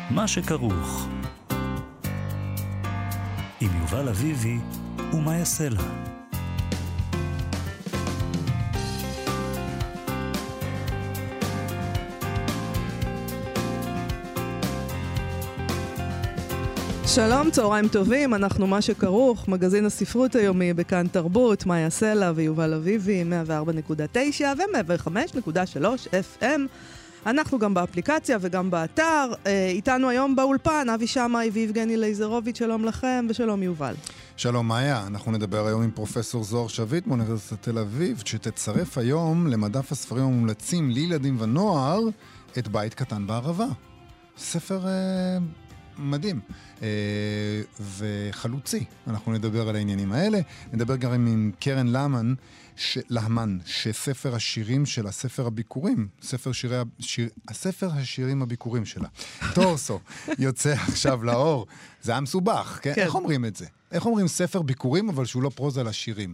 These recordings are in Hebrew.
מה שכרוך. עם יובל אביבי ומה יעשה לה. שלום, צהריים טובים, אנחנו מה שכרוך, מגזין הספרות היומי בכאן תרבות, מה יעשה לה ויובל אביבי, 104.9 ו-105.3 FM. אנחנו גם באפליקציה וגם באתר. איתנו היום באולפן, אבי שמאי ויבגני לייזרוביץ', שלום לכם ושלום יובל. שלום מאיה, אנחנו נדבר היום עם פרופסור זוהר שביט מאוניברסיטת תל אביב, שתצרף היום למדף הספרים המומלצים לילדים ונוער את בית קטן בערבה. ספר מדהים וחלוצי. אנחנו נדבר על העניינים האלה. נדבר גם עם קרן להמן, שספר השירים שלה, ספר הביקורים, הספר השירים הביקורים שלה, טורסו, יוצא עכשיו לאור. זה היה מסובך, כן? איך אומרים את זה? איך אומרים ספר ביקורים, אבל שהוא לא פרוזה לשירים?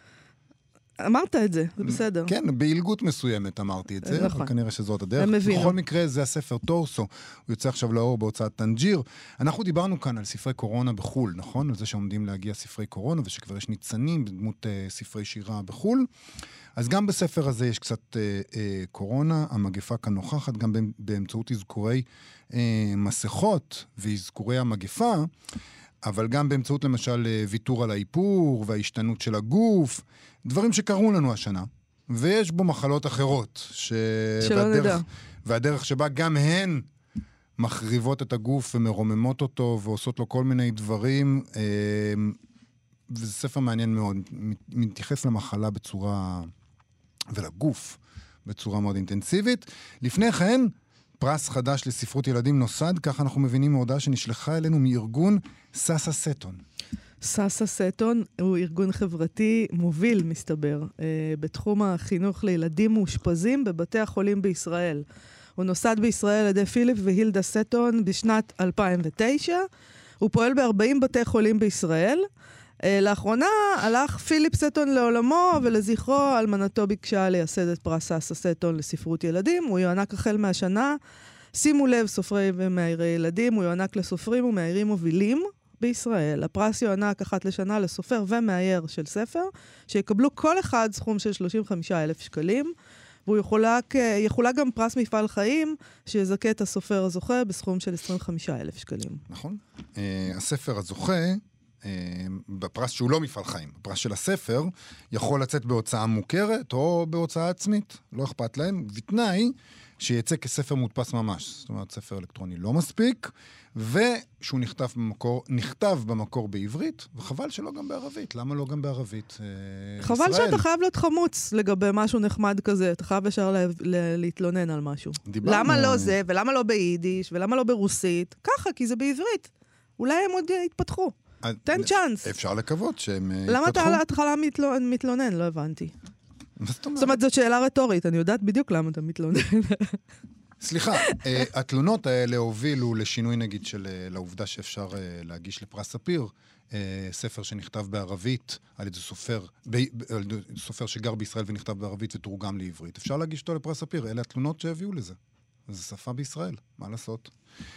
אמרת את זה, זה בסדר. כן, בהילגות מסוימת אמרתי את זה, נכון. אבל כנראה שזאת הדרך. בכל מקרה, זה הספר טורסו, הוא יוצא עכשיו לאור בהוצאת טנג'יר. אנחנו דיברנו כאן על ספרי קורונה בחול, נכון? על זה שעומדים להגיע ספרי קורונה, ושכבר יש ניצנים בדמות ספרי שירה בחול. אז גם בספר הזה יש קצת קורונה, המגפה כאן נוכחת, גם באמצעות אזכורי מסכות ואזכורי המגפה, אבל גם באמצעות למשל ויתור על האיפור וההשתנות של הגוף, דברים שקרו לנו השנה, ויש בו מחלות אחרות, והדרך שבה גם הן מחריבות את הגוף ומרוממות אותו ועושות לו כל מיני דברים, וזה ספר מעניין מאוד, מתייחס למחלה בצורה, ולגוף בצורה מאוד אינטנסיבית. לפני כן, פרס חדש לספרות ילדים נוסד, כך אנחנו מבינים מהודעה שנשלחה אלינו מארגון סאסא סטון. סאסא סטון הוא ארגון חברתי מוביל, מסתבר, בתחום החינוך לילדים מאושפזים בבתי החולים בישראל. הוא נוסד בישראל על ידי פיליפ והילדה סטון בשנת 2009. הוא פועל ב-40 בתי חולים בישראל. לאחרונה הלך פיליפ סטון לעולמו, ולזכרו אלמנתו ביקשה לייסד את פרס סאסא סטון לספרות ילדים. הוא יוענק החל מהשנה. שימו לב, סופרי ומאיירי ילדים, הוא יוענק לסופרים ומאיירים מובילים בישראל. הפרס יוענק אחת לשנה לסופר ומאייר של ספר, שיקבלו כל אחד סכום של 35,000 שקלים, והוא יחולק גם פרס מפעל חיים, שיזכה את הסופר הזוכה בסכום של 25,000 שקלים. נכון. הספר הזוכה, בפרס שהוא לא מפעל חיים, בפרס של הספר, יכול לצאת בהוצאה מוכרת או בהוצאה עצמית. לא אכפת להם, בתנאי שיצא כספר מודפס ממש. זאת אומרת, ספר אלקטרוני לא מספיק, ושהוא נכתב במקור בעברית, וחבל שלא גם בערבית. למה לא גם בערבית? חבל שאתה חייב להיות חמוץ לגבי משהו נחמד כזה. אתה חייב ישר להתלונן על משהו. למה לא זה, ולמה לא ביידיש, ולמה לא ברוסית? ככה, כי זה בעברית. אולי הם עוד יתפתחו. תן צ'אנס. אפשר לקוות שהם יתפתחו. למה אתה התחלה מתלונן? לא הבנתי. זאת אומרת, זו שאלה רטורית, אני יודעת בדיוק למה אתה מתלונן. סליחה, התלונות האלה הובילו לשינוי נגיד לעובדה שאפשר להגיש לפרס ספיר, ספר שנכתב בערבית על ידי סופר שגר בישראל ונכתב בערבית ותורגם לעברית. אפשר להגיש אותו לפרס ספיר, אלה התלונות שהביאו לזה. זו שפה בישראל, מה לעשות?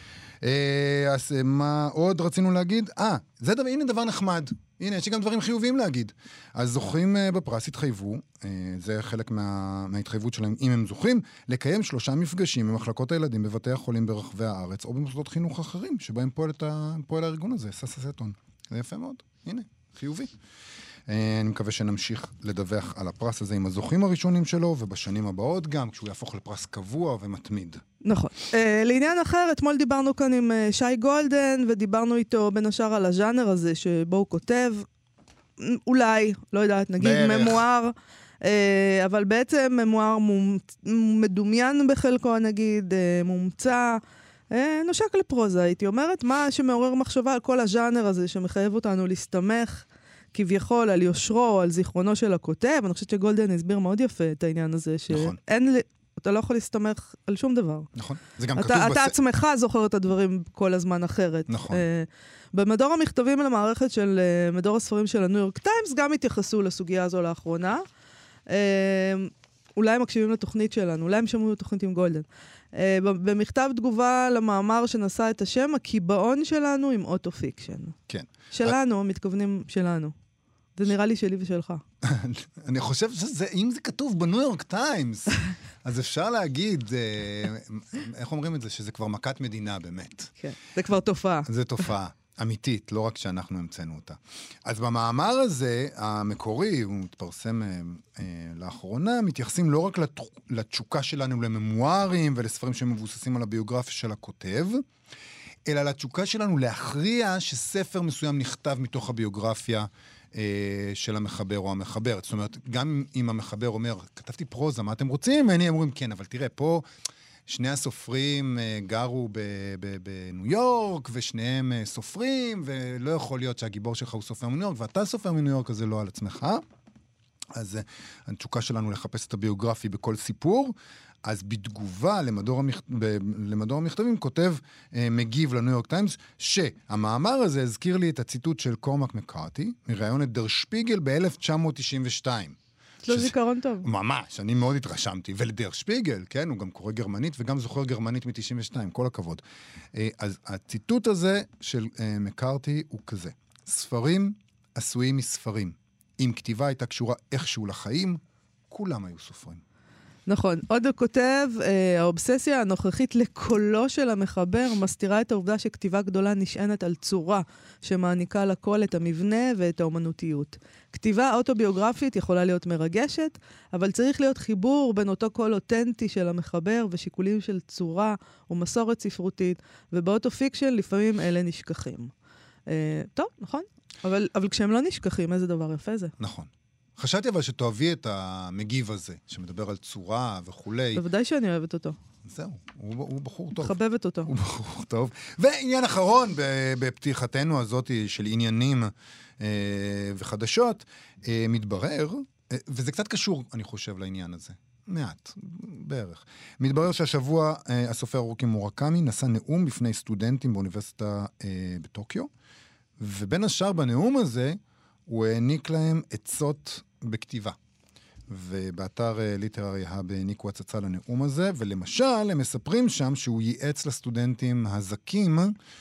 אז מה עוד רצינו להגיד? הנה דבר נחמד. הנה, יש גם דברים חיוביים להגיד. אז זוכים בפרס התחייבו, זה חלק מההתחייבות שלהם, אם הם זוכים, לקיים 3 מפגשים במחלקות הילדים בבתי החולים ברחבי הארץ, או במוסדות חינוך אחרים, שבהם פועל הארגון הזה, סאסא סטון. זה יפה מאוד. הנה, חיובי. אני מקווה שנמשיך לדווח על הפרס הזה עם הזוכים הראשונים שלו, ובשנים הבאות גם, כשהוא יהפוך לפרס קבוע ומתמיד. נכון. לעניין אחר, אתמול דיברנו כאן עם שי גולדן, ודיברנו איתו בין השאר על הז'אנר הזה, שבו הוא כותב, אולי, לא יודעת, נגיד ממואר, אבל בעצם ממואר מדומיין בחלקו, נגיד, מומצא, נושק לפרוזה, הייתי אומרת, מה שמעורר מחשבה על כל הז'אנר הזה, שמחייב אותנו להסתמך כביכול על יושרו, על זיכרונו של הכותב. אני חושבת שגולדן הסביר מאוד יפה את העניין הזה, שאין, אתה לא יכול להסתמך על שום דבר. נכון. זה גם כתוב אתה עצמך זוכר את הדברים כל הזמן אחרת. נכון. במדור המכתבים למערכת של מדור הספרים של הניו יורק טיימס, גם התייחסו לסוגיה הזו לאחרונה. אולי הם מקשיבים לתוכנית שלנו, אולי הם שמעו לתוכנית עם גולדן. במכתב תגובה למאמר שנשא את השם, הקיבעון שלנו עם אוטו-פיקשן. כן. שלנו, מתכוונים שלנו. זה נראה לי שלי ושלך. אני חושב שזה, אם זה כתוב בניו יורק טיימס, אז אפשר להגיד, איך אומרים את זה? שזה כבר מכת מדינה, באמת. כן, זה כבר תופעה. זה תופעה אמיתית, לא רק שאנחנו המצאנו אותה. אז במאמר הזה, המקורי, הוא מתפרסם לאחרונה, מתייחסים לא רק לתשוקה שלנו לממוארים ולספרים שמבוססים על הביוגרפיה של הכותב, אלא לתשוקה שלנו להכריע שספר מסוים נכתב מתוך הביוגרפיה של המחבר או המחברת. זאת אומרת, גם אם המחבר אומר, כתבתי פרוזה, מה אתם רוצים? אני אומרים, כן, אבל תראה, פה שני הסופרים גרו בניו יורק, ושניהם סופרים, ולא יכול להיות שהגיבור שלך הוא סופר מניו יורק, ואתה סופר מניו יורק, אז זה לא על עצמך. אז התשוקה שלנו לחפש את הביוגרפי בכל סיפור. אז בתגובה למדור המכתבים כותב מגיב לניו יורק טיימס, שהמאמר הזה הזכיר לי את הציטוט של קורמק מקארתי, מראיון את דר שפיגל ב-1992. יש לו זיכרון טוב. ממש, אני מאוד התרשמתי. ולדר שפיגל, כן, הוא גם קורא גרמנית וגם זוכר גרמנית מ-92, כל הכבוד. אז הציטוט הזה של מקארתי הוא כזה: ספרים עשויים מספרים. אם כתיבה הייתה קשורה איכשהו לחיים, כולם היו סופרים. נכון. עוד הוא כותב, האובססיה הנוכחית לקולו של המחבר מסתירה את העובדה שכתיבה גדולה נשענת על צורה שמעניקה לקול את המבנה ואת האומנותיות. כתיבה אוטוביוגרפית יכולה להיות מרגשת, אבל צריך להיות חיבור בין אותו קול אותנטי של המחבר ושיקולים של צורה ומסורת ספרותית, ובאוטו-פיקשן לפעמים אלה נשכחים. טוב, נכון. אבל כשהם לא נשכחים, איזה דבר יפה זה. נכון. חשבתי אבל שתאהבי את המגיב הזה, שמדבר על צורה וכולי. בוודאי שאני אוהבת אותו. זהו, הוא בחור טוב. חבבת אותו. הוא בחור טוב. ועניין אחרון בפתיחתנו הזאת של עניינים וחדשות, מתברר, וזה קצת קשור, אני חושב, לעניין הזה. מעט, בערך. מתברר שהשבוע הסופר רוקי מורקמי נשא נאום בפני סטודנטים באוניברסיטה בטוקיו, ובין השאר בנאום הזה, הוא העניק להם עצות בכתיבה. ובאתר ליטררי האב העניקו הצצה לנאום הזה, ולמשל, הם מספרים שם שהוא ייעץ לסטודנטים הזכים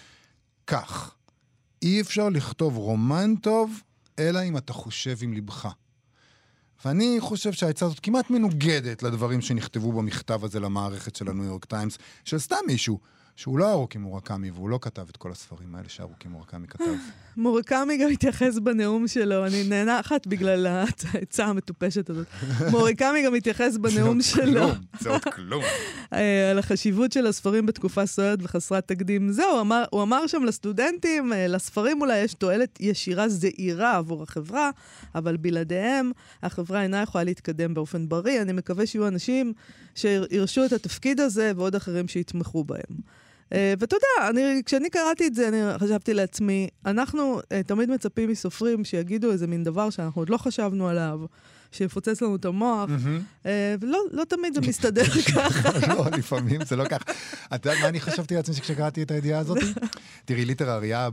כך: אי אפשר לכתוב רומן טוב, אלא אם אתה חושב עם לבך. ואני חושב שהעצה הזאת כמעט מנוגדת לדברים שנכתבו במכתב הזה למערכת של הניו יורק טיימס, של סתם מישהו, שהוא לא הרוקי מורקמי, והוא לא כתב את כל הספרים האלה שהרוקי מורקמי כתב. מורקמי גם התייחס בנאום שלו, אני נהנחת בגלל העצה המטופשת הזאת. מורקמי גם התייחס בנאום שלו. זה עוד כלום. על החשיבות של הספרים בתקופה סוערת וחסרת תקדים. זהו, הוא אמר שם לסטודנטים, לספרים אולי יש תועלת ישירה זעירה עבור החברה, אבל בלעדיהם החברה אינה יכולה להתקדם באופן בריא. אני מקווה שיהיו אנשים שירשו את התפקיד הזה ועוד אחרים שיתמכו בהם. ואתה יודע, כשאני קראתי את זה, אני חשבתי לעצמי, אנחנו תמיד מצפים מסופרים שיגידו איזה מין דבר שאנחנו עוד לא חשבנו עליו, שיפוצץ לנו את המוח, ולא תמיד זה מסתדר ככה. לא, לפעמים זה לא ככה. את יודעת מה אני חשבתי לעצמי כשקראתי את הידיעה הזאת? תראי, ליטררי האב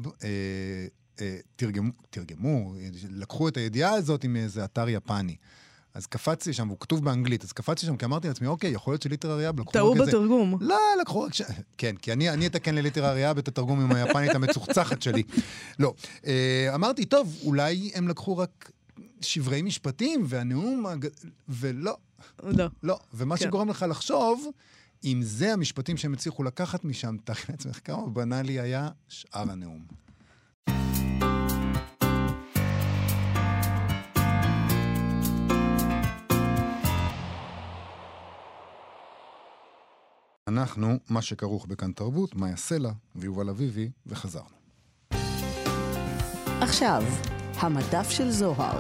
תרגמו, לקחו את הידיעה הזאת עם איזה אתר יפני. אז קפצתי שם, והוא כתוב באנגלית, אז קפצתי שם, כי אמרתי לעצמי, אוקיי, יכול להיות שליטררי האב לקחו... טעו בתרגום. לא, לקחו... כן, כי אני אתקן לליטררי האב את התרגום עם היפנית המצוחצחת שלי. לא. אמרתי, טוב, אולי הם לקחו רק שברי משפטים, והנאום... ולא. לא. לא. ומה שגורם לך לחשוב, אם זה המשפטים שהם הצליחו לקחת משם, תכין לעצמך כמה בנאלי היה שאר הנאום. אנחנו, מה שכרוך בכאן תרבות, מאיה סלע ויובל אביבי, וחזרנו. עכשיו, המדף של זוהר.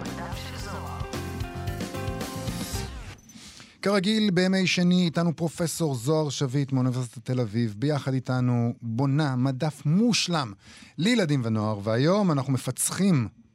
כרגיל, בימי שני, איתנו פרופסור זוהר שביט מאוניברסיטת תל אביב, ביחד איתנו בונה מדף מושלם לילדים ונוער, והיום אנחנו מפצחים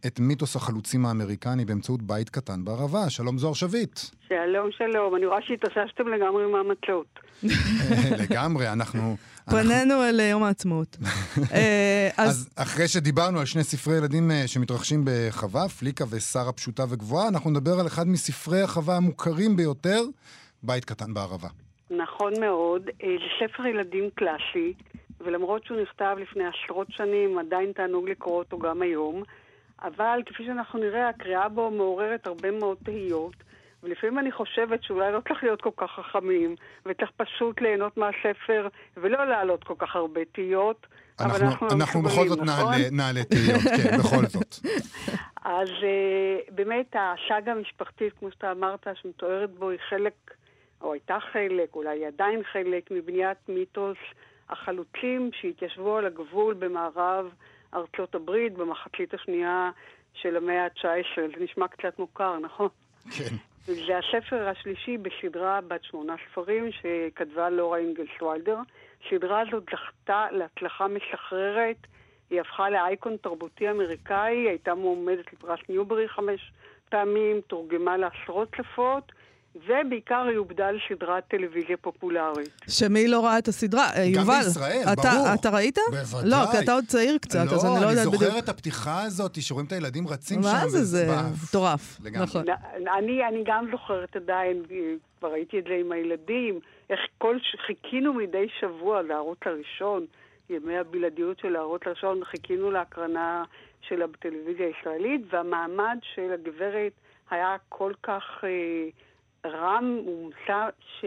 את מיתוס החלוצים האמריקני באמצעות בית קטן בערבה. שלום זוהר שביט. שלום, שלום. אני רואה שהתאוששתם לגמרי מהמצות. לגמרי, אנחנו... פנינו אל יום העצמאות. אז אחרי שדיברנו על שני ספרי ילדים שמתרחשים בחווה, פליקה ושרה פשוטה וגבוהה, אנחנו נדבר על אחד מספרי החווה המוכרים ביותר, בית קטן בערבה. נכון מאוד. זה ספר ילדים קלאסי, ולמרות שהוא נכתב לפני עשרות שנים, עדיין תענוג לקרוא אותו גם היום, אבל כפי שאנחנו נראה, הקריאה בו מעוררת הרבה מאוד תהיות, ולפעמים אני חושבת שאולי לא צריך להיות כל כך חכמים, וצריך פשוט ליהנות מהספר, ולא לעלות כל כך הרבה תהיות. אנחנו בכל זאת נעלה תהיות, כן, בכל זאת. אז באמת השאגה המשפחתית, כמו שאתה אמרת, שמתוארת בו היא חלק, או הייתה חלק, אולי היא עדיין חלק, מבניית מיתוס החלוצים שהתיישבו על הגבול במערב ארצות הברית, במחצית השנייה של המאה ה-19. זה נשמע קצת מוכר, נכון? כן. זה הספר השלישי בסדרה בת 8 ספרים שכתבה לורה אינגלסוולדר. הסדרה הזאת זכתה להצלחה משחררת, היא הפכה לאייקון תרבותי אמריקאי, הייתה מועמדת לפרס ניוברי 5 פעמים, תורגמה לעשרות שפות, ובעיקר היא עובדה לסדרת טלוויזיה פופולרית. שמי לא ראה את הסדרה? גם יובל, בישראל, ברור. אתה ראית? בוודאי. לא, כי אתה עוד צעיר קצת, אז אני לא יודעת בדיוק. אני זוכר את הפתיחה הזאת, שרואים את הילדים רצים שם. מה זה מטורף. נכון. אני גם זוכרת עדיין, כבר ראיתי את זה עם הילדים, איך חיכינו מדי שבוע לערוץ הראשון, ימי הבלעדיות של הערוץ הראשון, חיכינו להקרנה שלה בטלוויזיה הישראלית, והמעמד של הגברת היה כל כך רם ומושא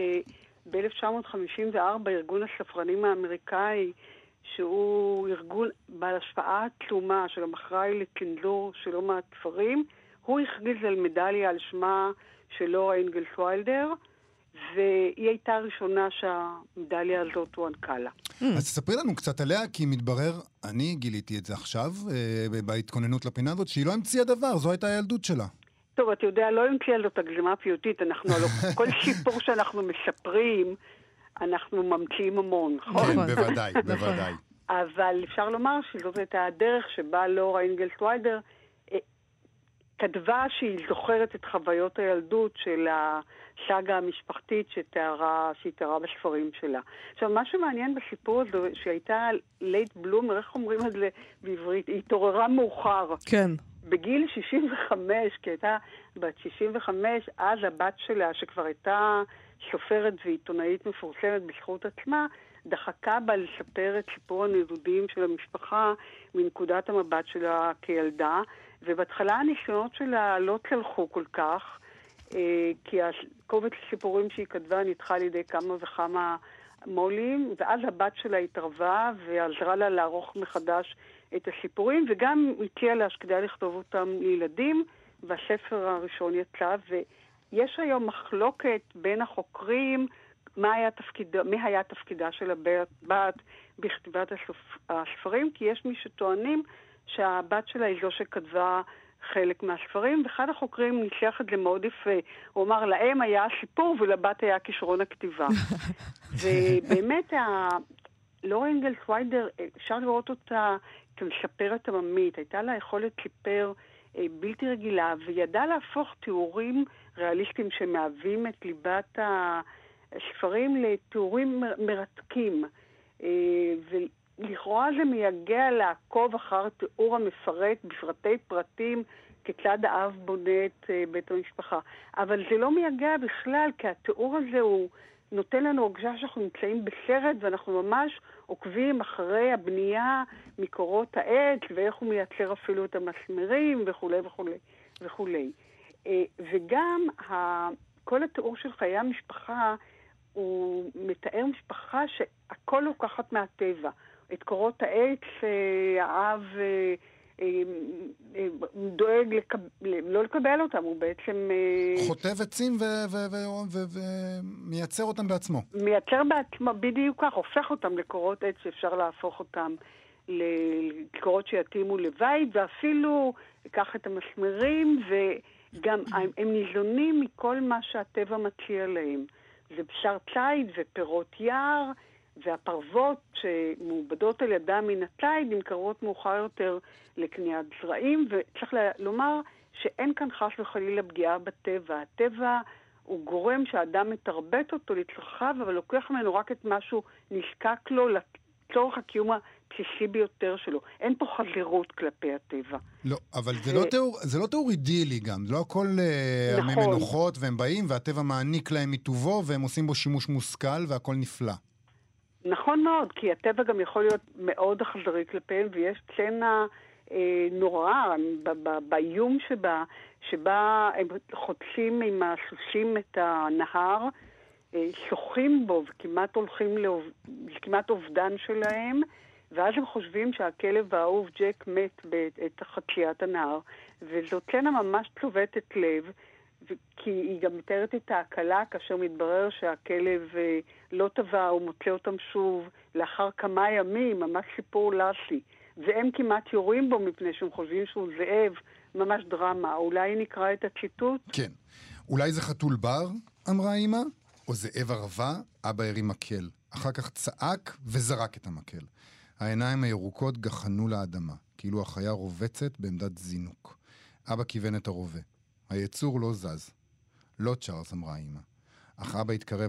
שב-1954 ארגון הספרנים האמריקאי, שהוא ארגון בעל השפעה עצומה של המחראי לקנדור של לא מעט ספרים, הוא הכריז על מדליה על שמה של לורה אינגלסוולדר, והיא הייתה הראשונה שהמדליה הזאת הוענקה לה. אז תספרי לנו קצת עליה, כי מתברר, אני גיליתי את זה עכשיו, בהתכוננות לפינה הזאת, שהיא לא המציאה דבר, זו הייתה הילדות שלה. טוב, אתה יודע, לא המציאה זאת הגזמה פיוטית, כל סיפור שאנחנו מספרים, אנחנו ממציאים המון, נכון? בוודאי, בוודאי. אבל אפשר לומר שזאת הייתה הדרך שבה לורה אינגלסוולדר כתבה שהיא זוכרת את חוויות הילדות של הסאגה המשפחתית שהיא תיארה בספרים שלה. עכשיו, מה שמעניין בסיפור הזה, שהייתה לייט בלומר, איך אומרים את זה בעברית? היא התעוררה מאוחר. כן. בגיל 65, כי הייתה בת 65, אז הבת שלה, שכבר הייתה סופרת ועיתונאית מפורסמת בזכות עצמה, דחקה בה לספר את סיפור הנדודים של המשפחה מנקודת המבט שלה כילדה, ובהתחלה הניסיונות שלה לא צלחו כל כך, כי הקובץ הסיפורים שהיא כתבה נדחה על ידי כמה וכמה מולים, ואז הבת שלה התערבה ועזרה לה לערוך מחדש את הסיפורים, וגם הציעה לה שכדאי לכתוב אותם לילדים, והספר הראשון יצא, ויש היום מחלוקת בין החוקרים מה היה תפקידה של הבת בכתיבת הספרים, כי יש מי שטוענים שהבת שלה היא זו שכתבה חלק מהספרים, ואחד החוקרים ניסח את זה מאוד יפה. הוא אמר, להם היה הסיפור ולבת היה כישרון הכתיבה. ובאמת, לורה אינגלסוולדר, אפשר לראות אותה כמשפרת עממית. הייתה לה יכולת סיפר בלתי רגילה, וידעה להפוך תיאורים ריאליסטיים שמהווים את ליבת הספרים לתיאורים מרתקים. ולכאורה זה מייגע לעקוב אחר תיאור המפרט בפרטי פרטים כיצד האב בונה את בית המשפחה. אבל זה לא מייגע בכלל, כי התיאור הזה הוא נותן לנו הרגשה שאנחנו נמצאים בסרט, ואנחנו ממש עוקבים אחרי הבנייה מקורות העץ, ואיך הוא מייצר אפילו את המסמרים וכו' וכו' וכו'. וגם כל התיאור של חיי המשפחה, הוא מתאר משפחה שהכל לוקחת מהטבע. את קורות העץ, האב דואג לא לקבל אותם, הוא בעצם חוטב עצים ומייצר אותם בעצמו. מייצר בעצמו, בדיוק כך, הופך אותם לקורות עץ שאפשר להפוך אותם לקורות שיתאימו לבית, ואפילו ייקח את המסמרים, וגם הם ניזונים מכל מה שהטבע מציע להם. זה בשר ציד ופירות יער, והפרוות שמעובדות על ידם מן הציד נמכרות מאוחר יותר לקניית זרעים, וצריך לומר שאין כאן חס וחלילה פגיעה בטבע. הטבע הוא גורם שהאדם מתרבט אותו לצרכיו, אבל לוקח ממנו רק את משהו נזקק לו לצורך הקיום הבסיסי ביותר שלו. אין פה חזירות כלפי הטבע. לא, אבל זה לא תיאור אידילי גם. לא הכל נכון. מנוחות, והם באים, והטבע מעניק להם מטובו, והם עושים בו שימוש מושכל, והכל נפלא. נכון מאוד, כי הטבע גם יכול להיות מאוד אכזרי כלפיהם, ויש סצנה נוראה באיום שבה הם חוצים עם הסוסים את הנהר, שוחים בו וכמעט הולכים כמעט אובדן שלהם, ואז הם חושבים שהכלב האהוב ג'ק מת בעת חציית הנהר, וזו סצנה ממש צובטת לב, כי היא גם מתארת את ההקלה כאשר מתברר שהכלב לא טבע, הוא מוצא אותם שוב לאחר כמה ימים, ממש סיפור לסי. והם כמעט יורים בו מפני שהם חושבים שהוא זאב, ממש דרמה. אולי נקרא את הציטוט? כן. אולי זה חתול בר, אמרה אמא, או זאב ערבה, אבא הרים מקל. אחר כך צעק וזרק את המקל. העיניים הירוקות גחנו לאדמה, כאילו החיה רובצת בעמדת זינוק. אבא כיוון את הרובה. היצור לא זז. לא צ'ארלס, אמרה אמא. אך אבא התקרב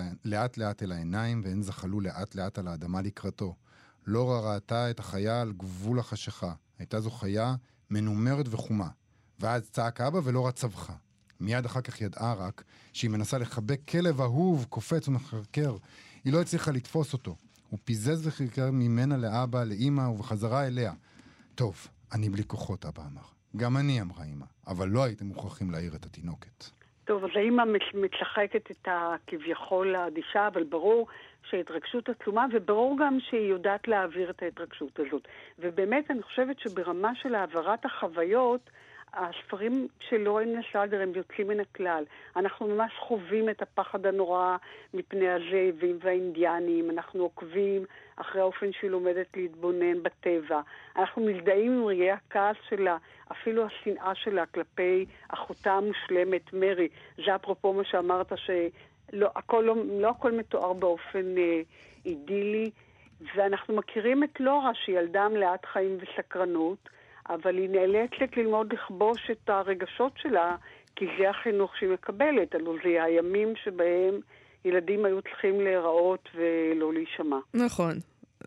לאט לאט אל העיניים, והן זחלו לאט לאט על האדמה לקראתו. לורה ראתה את החיה על גבול החשיכה. הייתה זו חיה מנומרת וחומה. ואז צעק אבא ולורה צווחה. מיד אחר כך ידעה רק שהיא מנסה לחבק כלב אהוב, קופץ ומחרקר. היא לא הצליחה לתפוס אותו. הוא פיזז וחרקר ממנה לאבא, לאמא ובחזרה אליה. טוב, אני בלי כוחות, אבא אמר. גם אני, אמרה אמא, אבל לא הייתם מוכרחים להעיר את התינוקת. טוב, אז האמא מצחקת את הכביכול האדישה, אבל ברור שההתרגשות עצומה, וברור גם שהיא יודעת להעביר את ההתרגשות הזאת. ובאמת אני חושבת שברמה של העברת החוויות, הספרים של לורן סאלדר הם יוצאים מן הכלל. אנחנו ממש חווים את הפחד הנורא מפני הזאבים והאינדיאנים, אנחנו עוקבים אחרי האופן שהיא לומדת להתבונן בטבע. אנחנו מזדהים עם רגעי הכעס שלה, אפילו השנאה שלה כלפי אחותה המושלמת מרי. זה אפרופו מה שאמרת שלא הכל מתואר באופן אידילי, ואנחנו מכירים את לורה שהיא ילדה מלאת חיים וסקרנות, אבל היא נאלצת ללמוד לכבוש את הרגשות שלה, כי זה החינוך שהיא מקבלת. הלוא זה הימים שבהם ילדים היו צריכים להיראות ולא להישמע. נכון.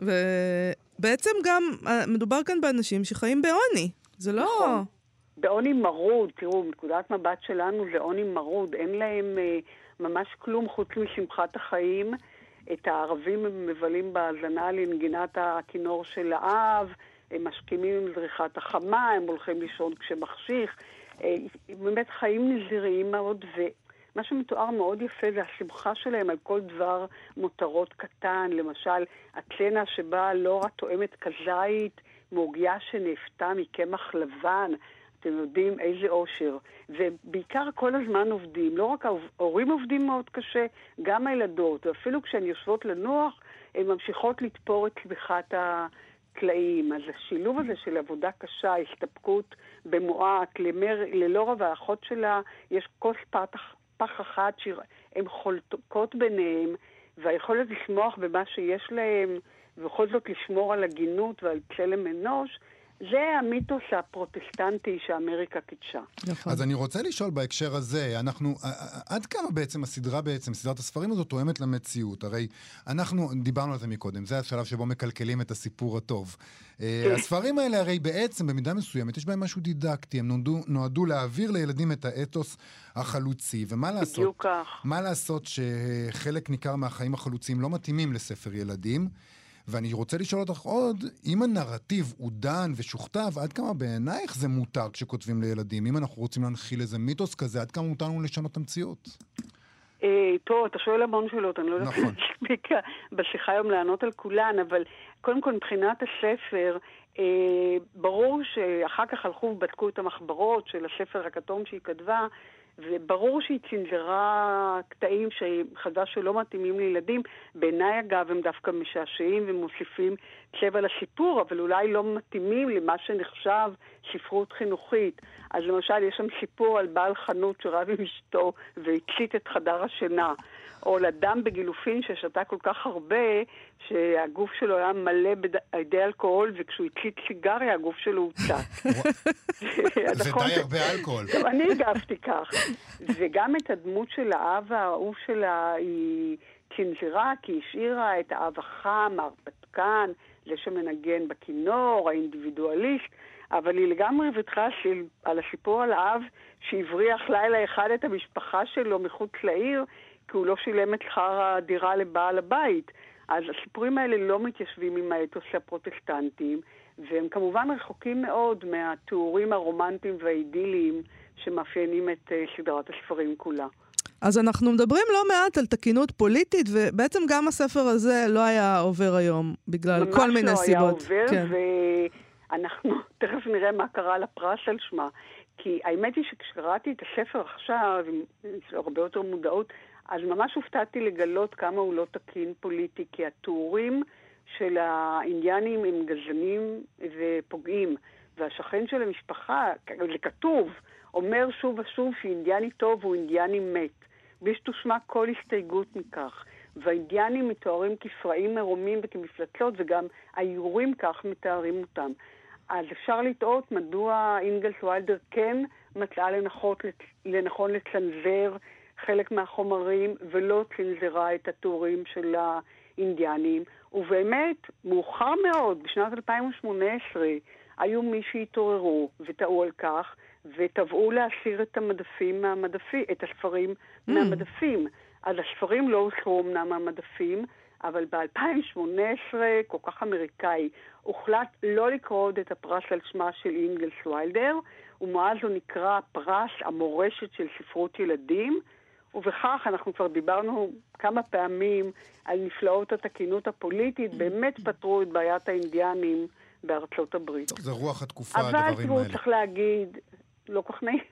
ובעצם גם מדובר כאן באנשים שחיים בעוני. זה לא... נכון. בעוני מרוד, תראו, מנקודת מבט שלנו זה עוני מרוד. אין להם ממש כלום חוץ משמחת החיים. את הערבים הם מבלים בהזנה לנגינת הכינור של האב, הם משכימים עם זריחת החמה, הם הולכים לישון כשמחשיך. באמת חיים נזיריים מאוד, ומה שמתואר מאוד יפה זה השמחה שלהם על כל דבר מותרות קטן. למשל, הצנה שבה לורה תואמת כזית מעוגיה שנאפתה מקמח לבן. אתם יודעים איזה אושר. ובעיקר כל הזמן עובדים. לא רק ההורים עובדים מאוד קשה, גם הילדות. ואפילו כשהן יושבות לנוח, הן ממשיכות לתפור את צמיחת הקלעים. אז השילוב הזה של עבודה קשה, הסתפקות במועט, ללורה והאחות שלה, יש כוס פח אחת שהן חולקות ביניהם, והיכולת לשמוח במה שיש להם, ובכל זאת לשמור על הגינות ועל צלם אנוש, זה המיתוס הפרוטסטנטי שאמריקה קידשה. אז אני רוצה לשאול בהקשר הזה, עד כמה בעצם סדרת הספרים הזאת תואמת למציאות? הרי אנחנו דיברנו על זה מקודם, זה השלב שבו מקלקלים את הסיפור הטוב. הספרים האלה הרי בעצם במידה מסוימת יש בהם משהו דידקטי, הם נועדו להעביר לילדים את האתוס החלוצי, ומה לעשות? בדיוק כך. מה לעשות שחלק ניכר מהחיים החלוציים לא מתאימים לספר ילדים? ואני רוצה לשאול אותך עוד, אם הנרטיב הוא דן ושוכתב, עד כמה בעינייך זה מותר כשכותבים לילדים? אם אנחנו רוצים להנחיל איזה מיתוס כזה, עד כמה מותר לנו לשנות המציאות? טוב, אתה שואל המון שאלות, אני לא יודעת להספיק בשיחה היום לענות על כולן, אבל קודם כל מבחינת הספר, ברור שאחר כך הלכו ובדקו את המחברות של הספר הכתום שהיא כתבה, וברור שהיא צנזרה קטעים שחשבה שלא מתאימים לילדים. בעיניי אגב הם דווקא משעשעים ומוסיפים צבע לסיפור, אבל אולי לא מתאימים למה שנחשב ספרות חינוכית. אז למשל יש שם סיפור על בעל חנות שרב עם אשתו והצית את חדר השינה. או לאדם בגילופין ששתה כל כך הרבה שהגוף שלו היה מלא בידי אלכוהול, וכשהוא הצית סיגריה הגוף שלו הוצת. זה די הרבה אלכוהול. אני הגבתי כך. וגם את הדמות של האב האהוב שלה היא צנזרה, כי היא השאירה את האב החם, ההרפתקן, זה שמנגן בכינור, האינדיבידואליסט, אבל היא לגמרי ויתרה על הסיפור על האב שהבריח לילה אחד את המשפחה שלו מחוץ לעיר, כי הוא לא שילם את שכר הדירה לבעל הבית. אז הסיפורים האלה לא מתיישבים עם האתוס הפרוטסטנטיים, והם כמובן רחוקים מאוד מהתיאורים הרומנטיים והאידיליים שמאפיינים את סדרת הספרים כולה. אז אנחנו מדברים לא מעט על תקינות פוליטית, ובעצם גם הספר הזה לא היה עובר היום, בגלל כל מיני סיבות. ממש לא היה עובר, כן. ואנחנו תכף נראה מה קרה לפרס על שמה. כי האמת היא שכשקראתי את הספר עכשיו, עם הרבה יותר מודעות, אז ממש הופתעתי לגלות כמה הוא לא תקין פוליטי, כי התיאורים של האינדיאנים הם גזענים ופוגעים, והשכן של המשפחה, זה כתוב, אומר שוב ושוב שאינדיאני טוב הוא אינדיאני מת, בלי שתושמע כל הסתייגות מכך. והאינדיאנים מתוארים כפרעים מרומים וכמפלצות, וגם האיורים כך מתארים אותם. אז אפשר לטעות מדוע אינגלס ויילדר כן מצאה לנכון לצנזר חלק מהחומרים, ולא צנזרה את התיאורים של האינדיאנים. ובאמת, מאוחר מאוד, בשנת 2018, היו מי שהתעוררו וטעו על כך, וטבעו להסיר את את הספרים מהמדפים. אז הספרים לא הוסרו אמנם מהמדפים, אבל ב-2018, כל כך אמריקאי, הוחלט לא לקרוא עוד את הפרס על שמה של אינגלס ויילדר, ומאז הוא נקרא פרס המורשת של ספרות ילדים, ובכך אנחנו כבר דיברנו כמה פעמים על נפלאות התקינות הפוליטית, באמת פתרו את בעיית האינדיאנים בארצות הברית. זה רוח התקופה, הדברים האלה. אבל הוא צריך להגיד, לא כך נעים,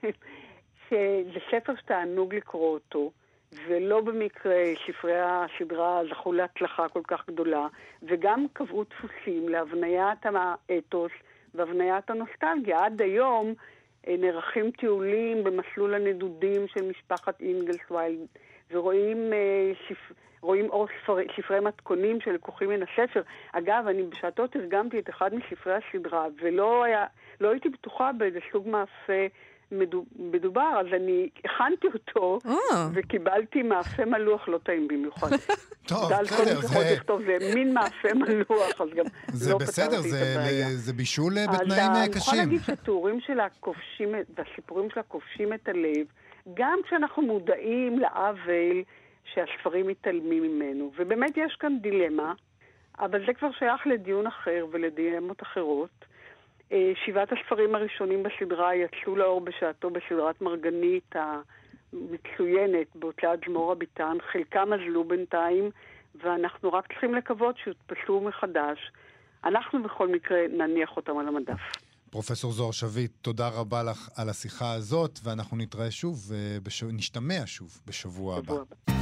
שזה ספר שתענוג לקרוא אותו, ולא במקרה ספרי הסדרה זכו להצלחה כל כך גדולה, וגם קבעו דפוסים להבניית האתוס והבניית הנוסטלגיה. עד היום נערכים טיולים במסלול הנדודים של משפחת אינגלס ויילד, ורואים ספרי מתכונים שלקוחים מן הספר. אגב, אני בשעתו תרגמתי את אחד מספרי הסדרה, ולא הייתי בטוחה באיזה סוג מאפה מדובר, אז אני הכנתי אותו, וקיבלתי מאפה מלוח לא טעים במיוחד. טוב, בסדר, זה מין מאפה מלוח, אז גם לא פתרתי את הבעיה. זה בישול בתנאים קשים. אני יכולה להגיד שהתיאורים שלה כובשים, והסיפורים שלה כובשים את הלב, גם כשאנחנו מודעים לעוול שהספרים מתעלמים ממנו. ובאמת יש כאן דילמה, אבל זה כבר שייך לדיון אחר ולדילמות אחרות. 7 הספרים הראשונים בסדרה יצאו לאור בשעתו בסדרת מרגנית המצוינת בהוצאת זמורה ביטן. חלקם עזלו בינתיים, ואנחנו רק צריכים לקוות שיודפסו מחדש. אנחנו בכל מקרה נניח אותם על המדף. פרופסור זוהר שביט, תודה רבה לך על השיחה הזאת, ואנחנו נתראה שוב, נשתמע שוב בשבוע הבא.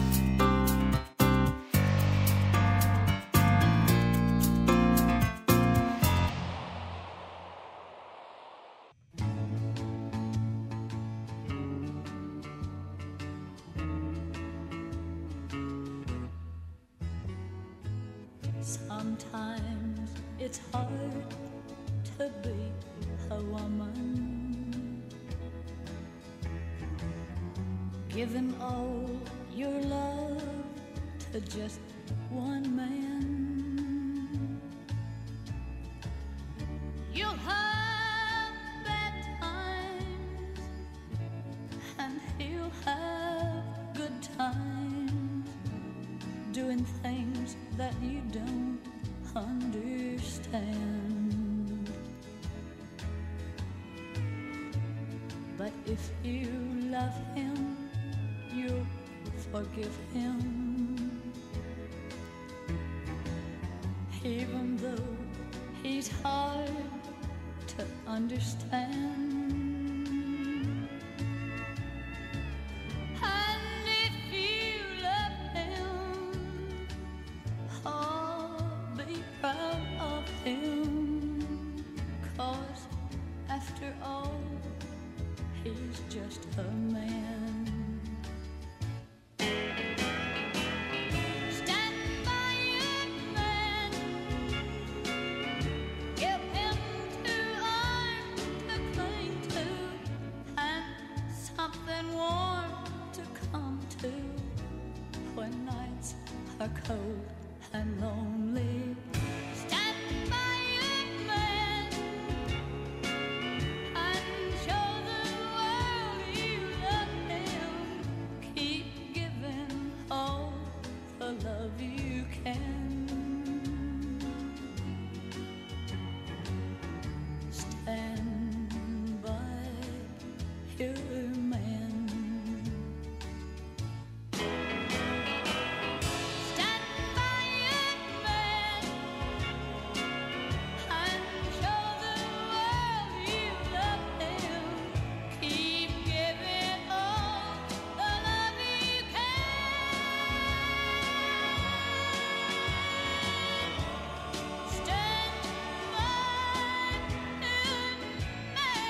Sometimes it's hard to be a woman, giving all your love to just one man. You'll have bad times and he'll have good times, doing things that you don't understand. But if you love him, you'll forgive him, even though he's hard to understand. just a man. Stand by your man. Give him two arms to cling to and something warm to come to when nights are cold and lonely. Stand by your man and show the world you love him. Keep giving all the love you can. Stand by your man. Stand by your man and show the world you love him. Keep giving all the love you can. Stand by your man.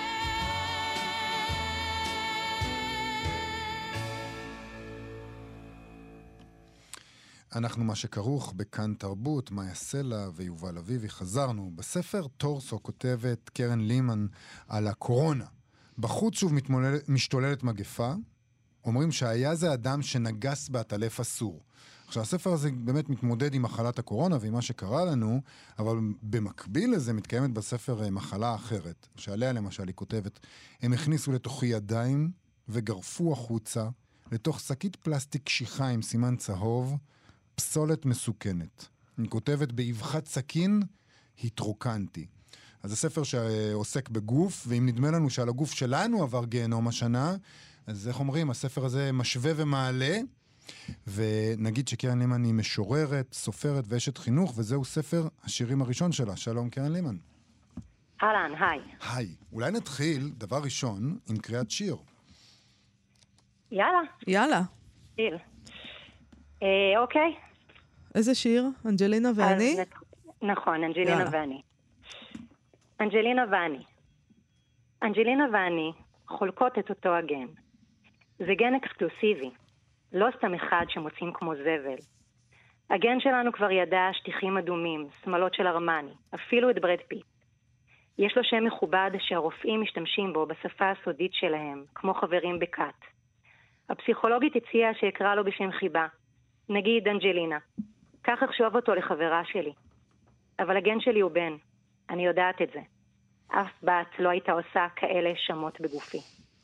אנחנו מה שכרוך בכאן תרבות, מאיה סלע ויובל אביבי. חזרנו. בספר טורסו כותבת קרן לימן על הקורונה. בחוץ שוב משתוללת מגפה. אומרים שהיה זה אדם שנגס בעטלף אסור. עכשיו, הספר הזה באמת מתמודד עם מחלת הקורונה ועם מה שקרה לנו, אבל במקביל לזה מתקיימת בספר מחלה אחרת, שעליה למשל היא כותבת, הם הכניסו לתוכי ידיים וגרפו החוצה לתוך שקית פלסטיק קשיחה עם סימן צהוב, פסולת מסוכנת. היא כותבת, באבחת סכין התרוקנתי. אז הספר שעוסק בגוף, ואם נדמה לנו שעל הגוף שלנו עבר גיהנום השנה, אז איך אומרים, הספר הזה משווה ומעלה, ונגיד שקרן לימן היא משוררת, סופרת ואשת חינוך, וזהו ספר השירים הראשון שלה. שלום קרן לימן. אהלן, היי. היי. אולי נתחיל, דבר ראשון, עם קריאת שיר. יאללה, יאללה. שיר. אוקיי. איזה שיר? אנג'לינה ואני? נכון, אנג'לינה יאללה. ואני. אנג'לינה ואני. אנג'לינה ואני חולקות את אותו הגן. זה גן אקסקלוסיבי. לא סתם אחד שמוצאים כמו זבל. הגן שלנו כבר ידע שטיחים אדומים, שמלות של ארמני, אפילו את ברד פיט. יש לו שם מכובד שהרופאים משתמשים בו בשפה הסודית שלהם, כמו חברים בקאט. הפסיכולוגית הציעה שיקרא לו בשם חיבה, נגיד אנג'לינה. כך אחשוב אותו לחברה שלי. אבל הגן שלי הוא בן, אני יודעת את זה. אף בת לא הייתה עושה כאלה שמות בגופי.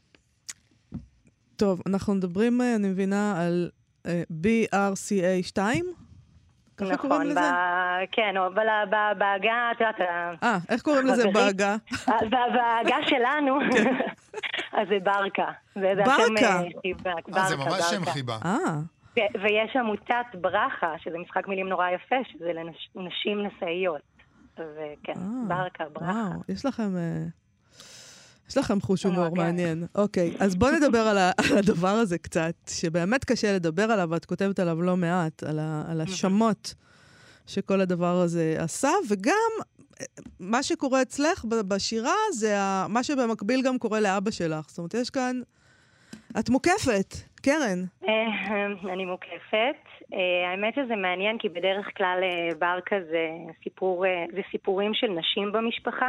טוב, אנחנו מדברים, אני מבינה, על BRCA2? ככה קוראים לזה? כן, אבל בהגה, את יודעת... איך קוראים לזה בהגה? בהגה שלנו, אז זה ברקה. ברקה? זה ממש שם חיבה. ויש עמותת ברכה, שזה משחק מילים נורא יפה, שזה לנשים נשאיות. וכן, ברכה, ברכה. וואו, יש לכם חוש הומור מעניין. אוקיי, אז בוא נדבר על הדבר הזה קצת, שבאמת קשה לדבר עליו, ואת כותבת עליו לא מעט, על השמות שכל הדבר הזה עשה, וגם מה שקורה אצלך בשירה, זה מה שבמקביל גם קורה לאבא שלך. זאת אומרת, יש כאן... את מוקפת, קרן. אני מוקפת. האמת שזה מעניין, כי בדרך כלל ברכה זה סיפורים של נשים במשפחה.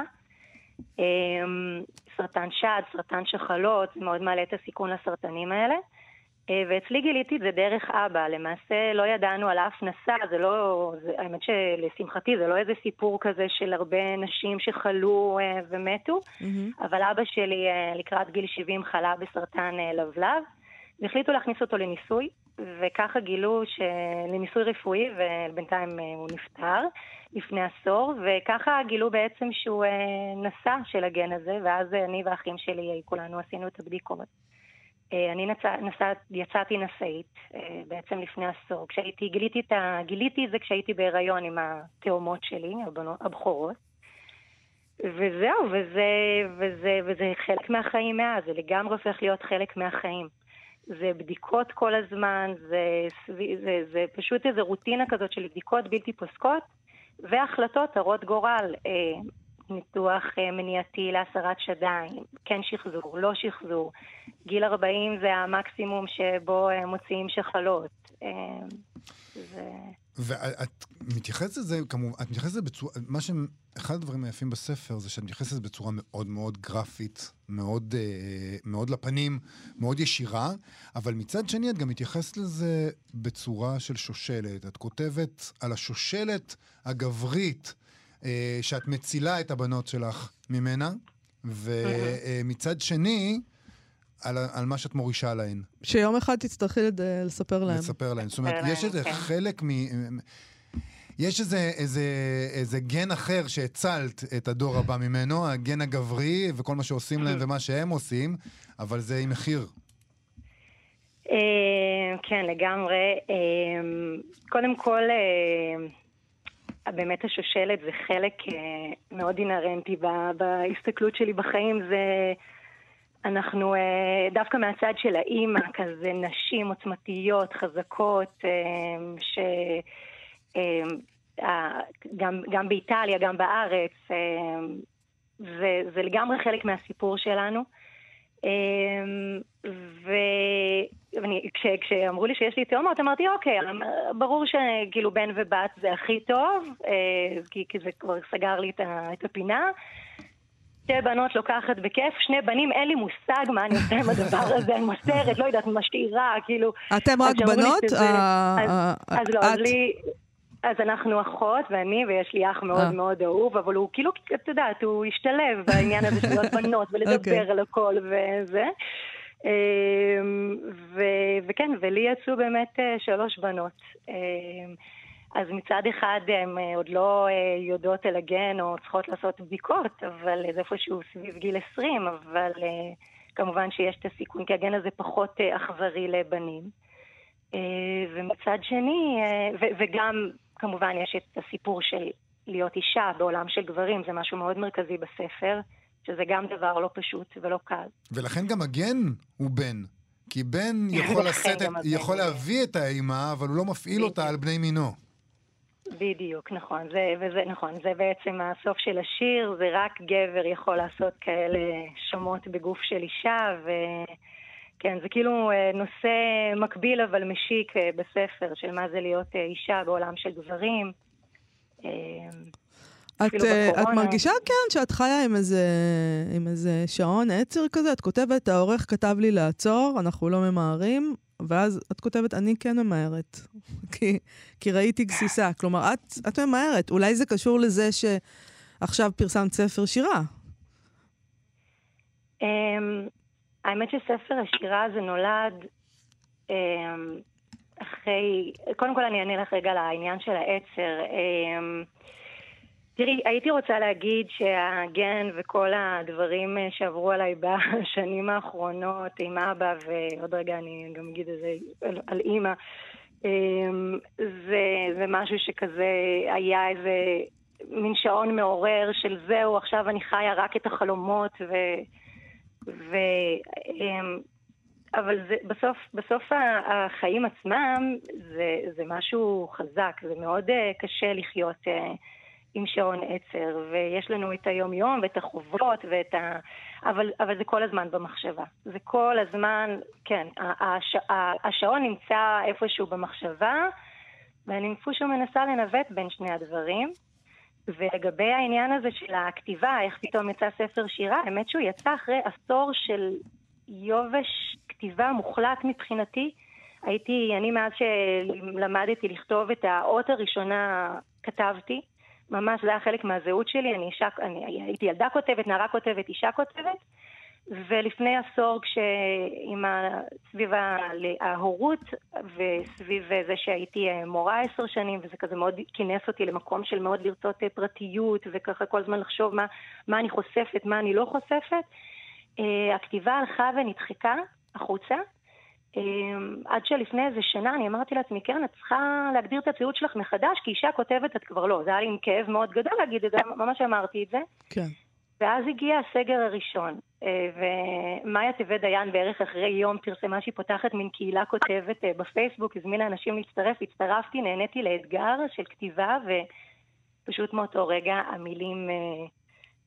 סרטן שד, סרטן שחלות, זה מאוד מעלה את הסיכון לסרטנים האלה. ואצלי גיליתי את זה דרך אבא. למעשה לא ידענו על אף נשא, האמת שלשמחתי זה לא איזה סיפור כזה של הרבה נשים שחלו ומתו, אבל אבא שלי לקראת גיל 70 חלה בסרטן לבלב, והחליטו להכניס אותו לניסוי, וככה גילו לניסוי רפואי, ובינתיים הוא נפטר לפני עשור, וככה גילו בעצם שהוא נשא של הגן הזה, ואז אני והאחים שלי כולנו עשינו את הבדיקות. אני יצאתי נשאית בעצם לפני עשור. גיליתי את זה כשהייתי בהיריון עם התאומות שלי, הבחורות. וזהו, וזה חלק מהחיים מאז, זה לגמרי הופך להיות חלק מהחיים. זה בדיקות כל הזמן, זה פשוט איזו רוטינה כזאת של בדיקות בלתי פוסקות, והחלטות הרות גורל. ניתוח מניעתי להסרת שדיים, כן שחזור, לא שחזור. גיל 40 זה המקסימום שבו מוציאים שחלות. ואת מתייחסת לזה, כמובן, את מתייחסת לזה בצורה, אחד הדברים היפים בספר זה שאת מתייחסת לזה בצורה מאוד מאוד גרפית, מאוד, מאוד לפנים, מאוד ישירה, אבל מצד שני את גם מתייחסת לזה בצורה של שושלת. את כותבת על השושלת הגברית, שאת מצילה את הבנות שלך ממנה, ומצד שני, על מה שאת מורישה להן. שיום אחד תצטרכי לספר להם. לספר להם. זאת אומרת, יש איזה חלק יש איזה גן אחר שהצלת את הדור הבא ממנו, הגן הגברי וכל מה שעושים להם ומה שהם עושים, אבל זה עם מחיר. כן, לגמרי. קודם כל, באמת השושלת זה חלק מאוד אינרנטי בהסתכלות שלי בחיים. זה אנחנו דווקא מהצד של האימא, כזה נשים עוצמתיות, חזקות, גם באיטליה, גם בארץ, זה לגמרי חלק מהסיפור שלנו. וכשאמרו לי שיש לי תאומות, אמרתי, אוקיי, ברור שכאילו בן ובת זה הכי טוב, כי זה כבר סגר לי את הפינה. שתי בנות לוקחת בכיף, שני בנים, אין לי מושג מה אני עושה עם הדבר הזה, אני מוסרת, לא יודעת, משאירה, כאילו... אתם רק בנות? אז לא, אז אנחנו אחות ואני, ויש לי אח מאוד מאוד אהוב, אבל הוא כאילו, את יודעת, הוא השתלב בעניין הזה של להיות בנות, ולדבר על הכל וזה. וכן, ולי יצאו באמת 3 בנות. אז מצד אחד הן עוד לא יודעות על הגן או צריכות לעשות בדיקות, אבל זה איפשהו סביב גיל 20, אבל כמובן שיש את הסיכון, כי הגן הזה פחות אכזרי לבנים. ומצד שני, וגם כמובן יש את הסיפור של להיות אישה בעולם של גברים, זה משהו מאוד מרכזי בספר, שזה גם דבר לא פשוט ולא קל. ולכן גם הגן הוא בן. כי בן יכול להביא את האימא, אבל הוא לא מפעיל אותה על בני מינו. בדיוק, נכון. זה בעצם הסוף של השיר, זה רק גבר יכול לעשות כאלה שמות בגוף של אישה, וכן, זה כאילו נושא מקביל אבל משיק בספר של מה זה להיות אישה בעולם של גברים. את מרגישה כן שאת חיה עם איזה שעון עצר כזה? את כותבת, העורך כתב לי לעצור, אנחנו לא ממהרים, ואז את כותבת, אני כן ממהרת, כי ראיתי גסיסה. כלומר, את ממהרת. אולי זה קשור לזה שעכשיו פרסמת ספר שירה. האמת שספר השירה זה נולד אחרי... קודם כל אני אענה לך רגע לעניין של העצר. תראי, הייתי רוצה להגיד שהגן וכל הדברים שעברו עליי בשנים האחרונות עם אבא, ועוד רגע אני גם אגיד את זה על אמא, זה משהו שכזה היה איזה מין שעון מעורר של זהו, עכשיו אני חיה רק את החלומות, אבל בסוף החיים עצמם זה משהו חזק, זה מאוד קשה לחיות עם שעון עצר, ויש לנו את היום-יום ואת החובות אבל זה כל הזמן במחשבה. זה כל הזמן, כן, השעון נמצא איפשהו במחשבה, ואני איפשהו מנסה לנווט בין שני הדברים. ולגבי העניין הזה של הכתיבה, איך פתאום יצא ספר שירה, האמת שהוא יצא אחרי עשור של יובש כתיבה מוחלט מבחינתי. אני מאז שלמדתי לכתוב את האות הראשונה כתבתי, ממש זה היה חלק מהזהות שלי, אני הייתי ילדה כותבת, נערה כותבת, אישה כותבת, ולפני עשור סביב ההורות וסביב זה שהייתי מורה 10 שנים, וזה כזה מאוד כינס אותי למקום של מאוד לרצות פרטיות, וככה כל הזמן לחשוב מה אני חושפת, מה אני לא חושפת, הכתיבה הלכה ונדחקה החוצה, עד שלפני איזה שנה אני אמרתי לעצמי, כן, את צריכה להגדיר את הציאות שלך מחדש, כי אישה כותבת את כבר לא. זה היה לי עם כאב מאוד גדול להגיד את זה, ממש אמרתי את זה. כן. ואז הגיע הסגר הראשון, ומאיה טבת דיין בערך אחרי יום פרסמה שהיא פותחת מין קהילה כותבת בפייסבוק, הזמינה אנשים להצטרף, הצטרפתי, נהניתי לאתגר של כתיבה, ופשוט מאותו רגע המילים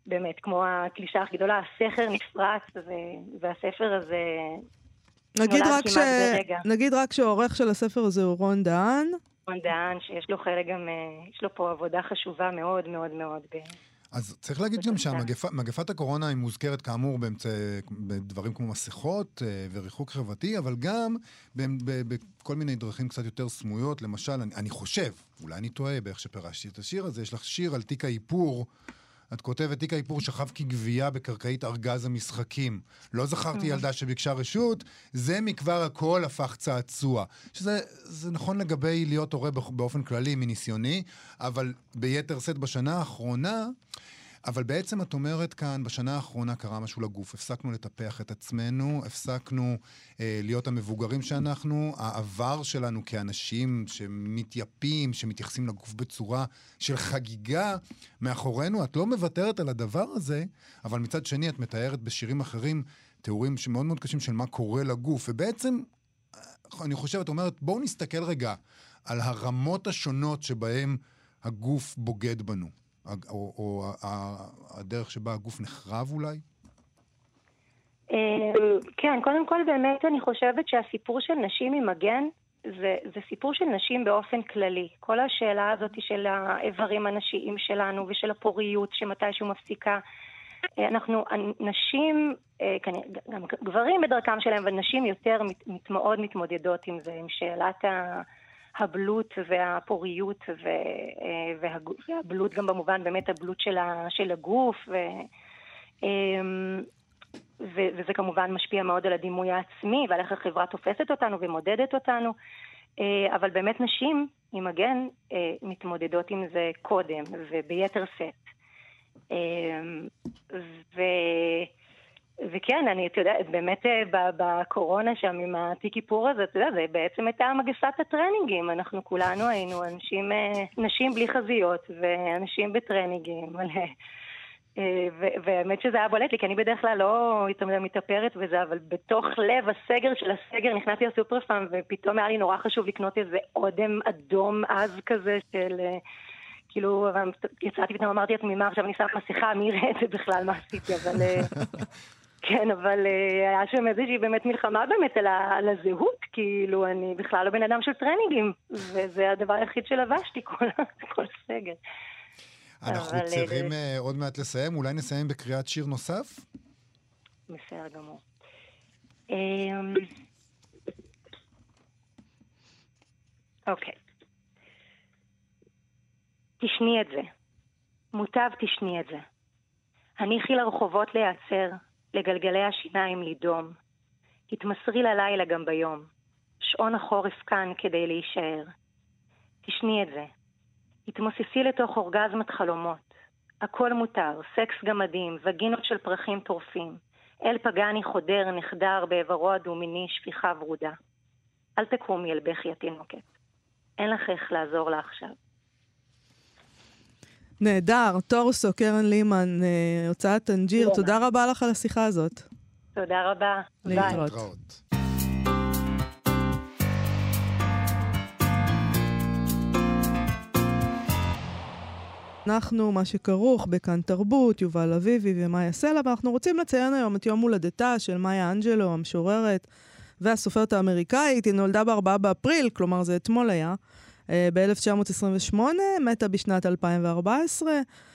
באמת, כמו הקלישה הכי גדולה, הסכר נפרץ, והספר הזה נולד כמעט ברגע. נגיד רק שהעורך של הספר הזה הוא רון דהן. רון דהן, שיש לו חלק גם, יש לו פה עבודה חשובה מאוד מאוד מאוד. אז צריך להגיד גם שמגפת הקורונה היא מוזכרת כאמור בדברים כמו מסכות וריחוק חברתי, אבל גם בכל מיני דרכים קצת יותר סמויות. למשל, אני חושב, אולי אני טועה באיך שפרשתי את השיר הזה, יש לך שיר על תיק האיפור, את כותבת, תיק האיפור שכב כגבייה בקרקעית ארגז המשחקים. לא זכרתי ילדה שביקשה רשות, זה מכבר הכל הפך צעצוע. שזה נכון לגבי להיות הורה באופן כללי מניסיוני, אבל ביתר סט בשנה האחרונה, אבל בעצם את אומרת כאן, בשנה האחרונה קרה משהו לגוף, הפסקנו לטפח את עצמנו, הפסקנו להיות המבוגרים שאנחנו, העבר שלנו כאנשים שמתייפים, שמתייחסים לגוף בצורה של חגיגה מאחורינו, את לא מוותרת על הדבר הזה, אבל מצד שני את מתארת בשירים אחרים תיאורים שמאוד מאוד קשים של מה קורה לגוף, ובעצם אני חושב, את אומרת, בואו נסתכל רגע על הרמות השונות שבהם הגוף בוגד בנו. או הדרך שבה הגוף נחרב אולי? כן, קודם כל באמת אני חושבת שהסיפור של נשים עם מגן זה סיפור של נשים באופן כללי. כל השאלה הזאת של האיברים הנשיים שלנו ושל הפוריות שמתישהו מפסיקה. אנחנו, נשים, גם גברים בדרכם שלהם, אבל נשים יותר מאוד מתמודדות עם זה, עם שאלת הבלוט והפוריות והבלוט גם במובן באמת הבלוט של הגוף וזה כמובן משפיע מאוד על הדימוי העצמי ועל איך החברה תופסת אותנו ומודדת אותנו, אבל באמת נשים עם מגן מתמודדות עם זה קודם וביתר סט. וכן, אתה יודע, באמת בקורונה שם עם התיק איפור הזה, אתה יודע, זה בעצם הייתה מגפת הטרנינגים. אנחנו כולנו היינו נשים בלי חזיות ואנשים בטרנינגים. והאמת שזה היה בולט לי, כי אני בדרך כלל לא מתאפרת וזה, אבל בתוך לב הסגר של הסגר נכנסתי לסופר פארם, ופתאום היה לי נורא חשוב לקנות איזה אודם אדום אז כזה של... כאילו, יצאתי פתאום, אמרתי לעצמי, מה עכשיו אני שמה מסכה, מי יראה את זה בכלל, מה עשיתי, אבל... כן, אבל היה שם איזושהי באמת מלחמה באמת על הזהות, כאילו, אני בכלל לא בן אדם של טרנינגים, וזה הדבר היחיד שלבשתי כל סגר. אנחנו צריכים עוד מעט לסיים, אולי נסיים בקריאת שיר נוסף? בסדר גמור. אוקיי. תשני את זה. מוטב תשני את זה. הניחי לרחובות להיעצר, לגלגלי השיניים לדום. התמסרי ללילה גם ביום. שעון החורף כאן כדי להישאר. תשני את זה. התמוססי לתוך אורגזמת חלומות. הכל מותר, סקס גמדים, וגינות של פרחים טורפים. אל פגני חודר, נחדר בעברו הדומיני שפיכה ורודה. אל תקומי אל בכי התינוקת. אין לך איך לעזור לה עכשיו. נהדר, טורסו, קרן לימן, הוצאת טנג'יר, תודה רבה לך על השיחה הזאת. תודה רבה. להתראות. אנחנו, מה שכרוך בכאן תרבות, יובל אביבי ומאיה סלע, ואנחנו רוצים לציין היום את יום הולדתה של מאיה אנג'לו, המשוררת והסופרת האמריקאית. היא נולדה ב4 באפריל, כלומר זה אתמול היה, ב-1928, מתה בשנת 2014,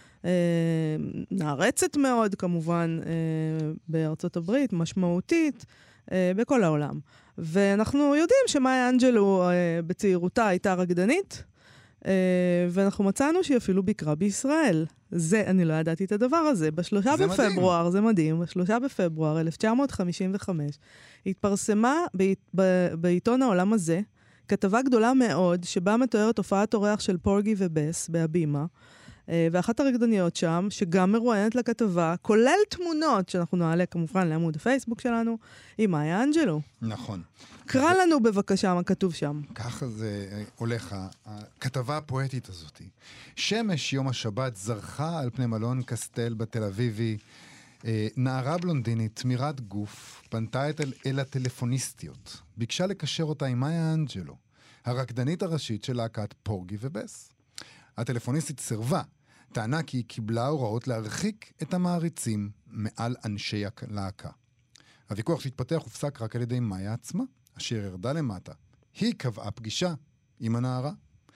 נערצת מאוד כמובן בארצות הברית, משמעותית בכל העולם. ואנחנו יודעים שמאיה אנג'לו בצעירותה הייתה רקדנית, ואנחנו מצאנו שהיא אפילו ביקרה בישראל. זה, אני לא ידעתי את הדבר הזה. ב3 בפברואר, זה מדהים, ב3 בפברואר 1955, התפרסמה בעיתון העולם הזה, כתבה גדולה מאוד, שבה מתוארת הופעת אורח של פורגי ובס בהבימה, ואחת הרקדניות שם, שגם מרואיינת לכתבה, כולל תמונות, שאנחנו נעלה כמובן לעמוד הפייסבוק שלנו, היא מאיה אנג'לו. נכון. קרא לנו בבקשה מה כתוב שם. ככה זה הולך, הכתבה הפואטית הזאת. שמש יום השבת זרחה על פני מלון קסטל בתל אביבי, נערה בלונדינית, תמירת גוף, פנתה אל הטלפוניסטיות. ביקשה לקשר אותה עם מאיה אנג'לו, הרקדנית הראשית של להקת פורגי ובס. הטלפוניסטית סרבה, טענה כי היא קיבלה הוראות להרחיק את המעריצים מעל אנשי הלהקה. הוויכוח שהתפתח הופסק רק על ידי מאיה עצמה, אשר ירדה למטה. היא קבעה פגישה עם הנערה.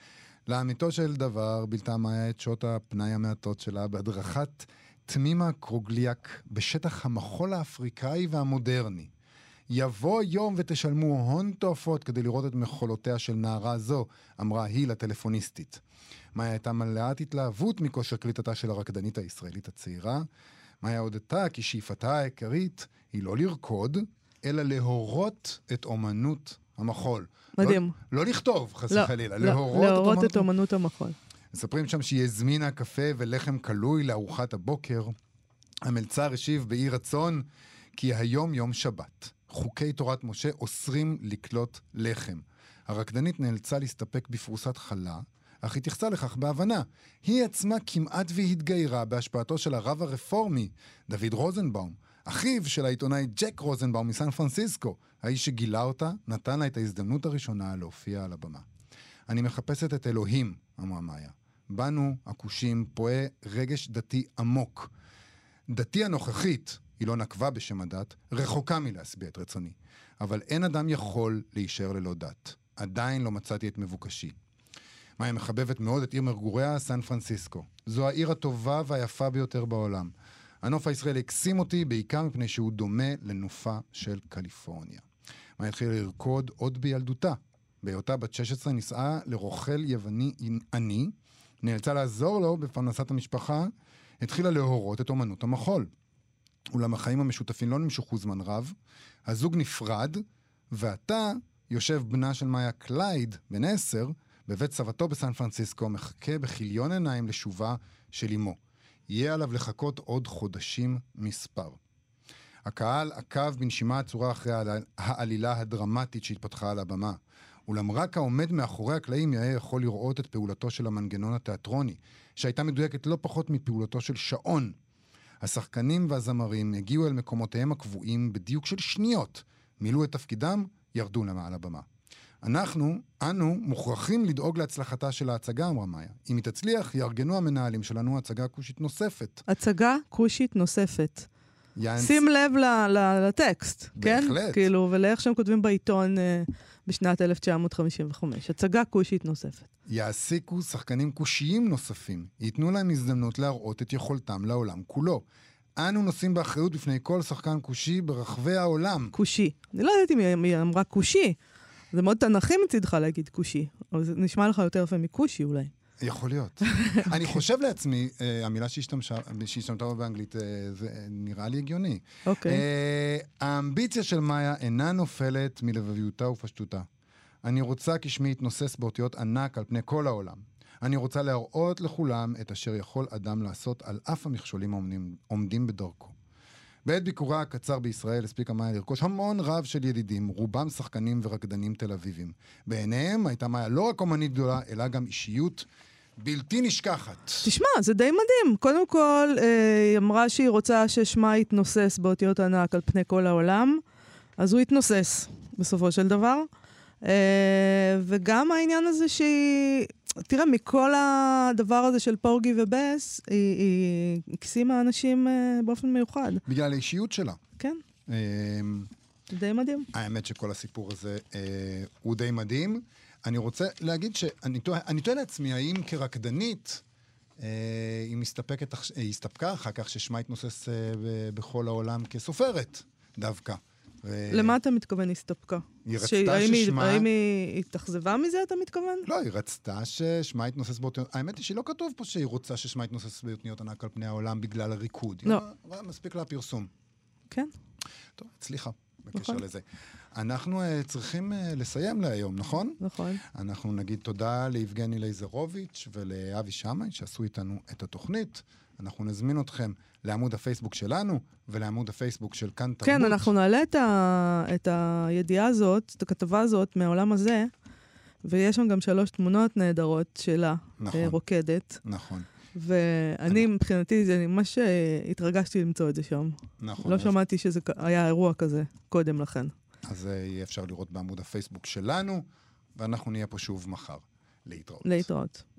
לאמיתו של דבר בילתה מאיה את שעות הפנאי המעטות שלה בהדרכת תמימה קרוגליאק בשטח המחול האפריקאי והמודרני. יבוא יום ותשלמו הון תועפות כדי לראות את מחולותיה של נערה זו, אמרה היא לטלפוניסטית. מאיה הייתה מלאת התלהבות מכושר קליטתה של הרקדנית הישראלית הצעירה. מאיה הודתה כי שאיפתה העיקרית היא לא לרקוד, אלא להורות את אומנות המחול. מדהים. לא לכתוב, חס וחלילה, להורות את אומנות המחול. מספרים שם שהיא הזמינה קפה ולחם קלוי לארוחת הבוקר. המלצר השיב באי רצון כי היום יום שבת. חוקי תורת משה אוסרים לקלוט לחם. הרקדנית נאלצה להסתפק בפרוסת חלה, אך התייחסה לכך בהבנה. היא עצמה כמעט והתגיירה בהשפעתו של הרב הרפורמי, דוד רוזנבאום, אחיו של העיתונאי ג'ק רוזנבאום מסן פרנסיסקו. האיש שגילה אותה, נתן לה את ההזדמנות הראשונה להופיע על הבמה. אני מחפשת את אלוהים, אמרה מאיה. בנו, הכושים, פועה רגש דתי עמוק. דתי הנוכחית, היא לא נקבה בשם הדת, רחוקה מלהשביע את רצוני. אבל אין אדם יכול להישאר ללא דת. עדיין לא מצאתי את מבוקשי. מאיה מחבבת מאוד את עיר מגוריה, סן פרנסיסקו. זו העיר הטובה והיפה ביותר בעולם. הנוף הישראלי הקסים אותי בעיקר מפני שהוא דומה לנופה של קליפורניה. מאיה התחילה לרקוד עוד בילדותה. בהיותה בת 16 נישאה לרוכל יווני עני, נאלצה לעזור לו בפרנסת המשפחה, התחילה להורות את אומנות המחול. אולם החיים המשותפים לא נמשכו זמן רב, הזוג נפרד, ועתה יושב בנה של מאיה קלייד, בן 10, בבית סבתו בסן פרנסיסקו, מחכה בכיליון עיניים לשובה של אמו. יהיה עליו לחכות עוד חודשים מספר. הקהל עקב בנשימה עצורה אחרי העלילה הדרמטית שהתפתחה על הבמה. אולם רק העומד מאחורי הקלעים היה יכול לראות את פעולתו של המנגנון התיאטרוני, שהייתה מדויקת לא פחות מפעולתו של שעון. השחקנים והזמרים הגיעו אל מקומותיהם הקבועים בדיוק של שניות, מילאו את תפקידם, ירדו למעל הבמה. אנו מוכרחים לדאוג להצלחתה של ההצגה, אמרה מאיה. אם היא תצליח, יארגנו המנהלים שלנו הצגה קושית נוספת. הצגה קושית נוספת. שים לב לטקסט, כן? בהחלט. כאילו, ולאיך שהם כותבים בעיתון בשנת 1955. הצגה קושית נוספת. יעסיקו שחקנים קושיים נוספים. ייתנו להם הזדמנות להראות את יכולתם לעולם כולו. אנו נושאים באחריות בפני כל שחקן קושי ברחבי העולם. קושי. אני לא יודעת אם היא אמרה קושי. זה מאוד תנכי מצדך להגיד קושי. אבל זה נשמע לך יותר יפה מקושי אולי. יכול להיות. אני חושב לעצמי, המילה שהשתמתה באנגלית, זה נראה לי הגיוני. אוקיי. האמביציה של מאיה אינה נופלת מלבביותה ופשטותה. אני רוצה כשמי יתנוסס באותיות ענק על פני כל העולם. אני רוצה להראות לכולם את אשר יכול אדם לעשות על אף המכשולים העומדים בדרכו. בעת ביקורה הקצר בישראל הספיקה מאיה לרכוש המון רב של ידידים, רובם שחקנים ורקדנים תל אביבים. בעיניהם הייתה מאיה לא רק אומנית גדולה, אלא גם אישיות בלתי נשכחת. תשמע, זה די מדהים. קודם כל, היא אמרה שהיא רוצה ששמה יתנוסס באותיות ענק על פני כל העולם, אז הוא יתנוסס בסופו של דבר. וגם העניין הזה שהיא... תראה, מכל הדבר הזה של פורגי ובס, היא הקסימה אנשים באופן מיוחד. בגלל האישיות שלה. כן. די מדהים. האמת שכל הסיפור הזה הוא די מדהים. אני רוצה להגיד שאני תוהה לעצמי, האם כרקדנית, היא הסתפקה אחר כך ששמה יתנוסס בכל העולם כסופרת, דווקא. למה אתה מתכוון הסתפקה? היא רצתה ששמה... האם היא התאכזבה מזה, אתה מתכוון? לא, היא רצתה ששמה יתנוסס באותיות... האמת היא שהיא לא כתוב פה שהיא רוצה ששמה יתנוסס באותיות ענק על פני העולם בגלל הריקוד. לא. מספיק לה פרסום. כן. טוב, הצליחה בקשר לזה. אנחנו צריכים לסיים להיום, נכון? נכון. אנחנו נגיד תודה ליבגני לייזרוביץ' ולאבי שמאי שעשו איתנו את התוכנית. אנחנו נזמין אתכם לעמוד הפייסבוק שלנו ולעמוד הפייסבוק של כאן תרבות. כן, אנחנו נעלה את הידיעה הזאת, את הכתבה הזאת מהעולם הזה, ויש שם גם 3 תמונות נהדרות שלה, נכון. רוקדת. נכון. ואני מבחינתי, אני ממש התרגשתי למצוא את זה שם. נכון. לא שמעתי שזה היה אירוע כזה קודם לכן. אז יהיה אפשר לראות בעמוד הפייסבוק שלנו, ואנחנו נהיה פה שוב מחר. להתראות. להתראות.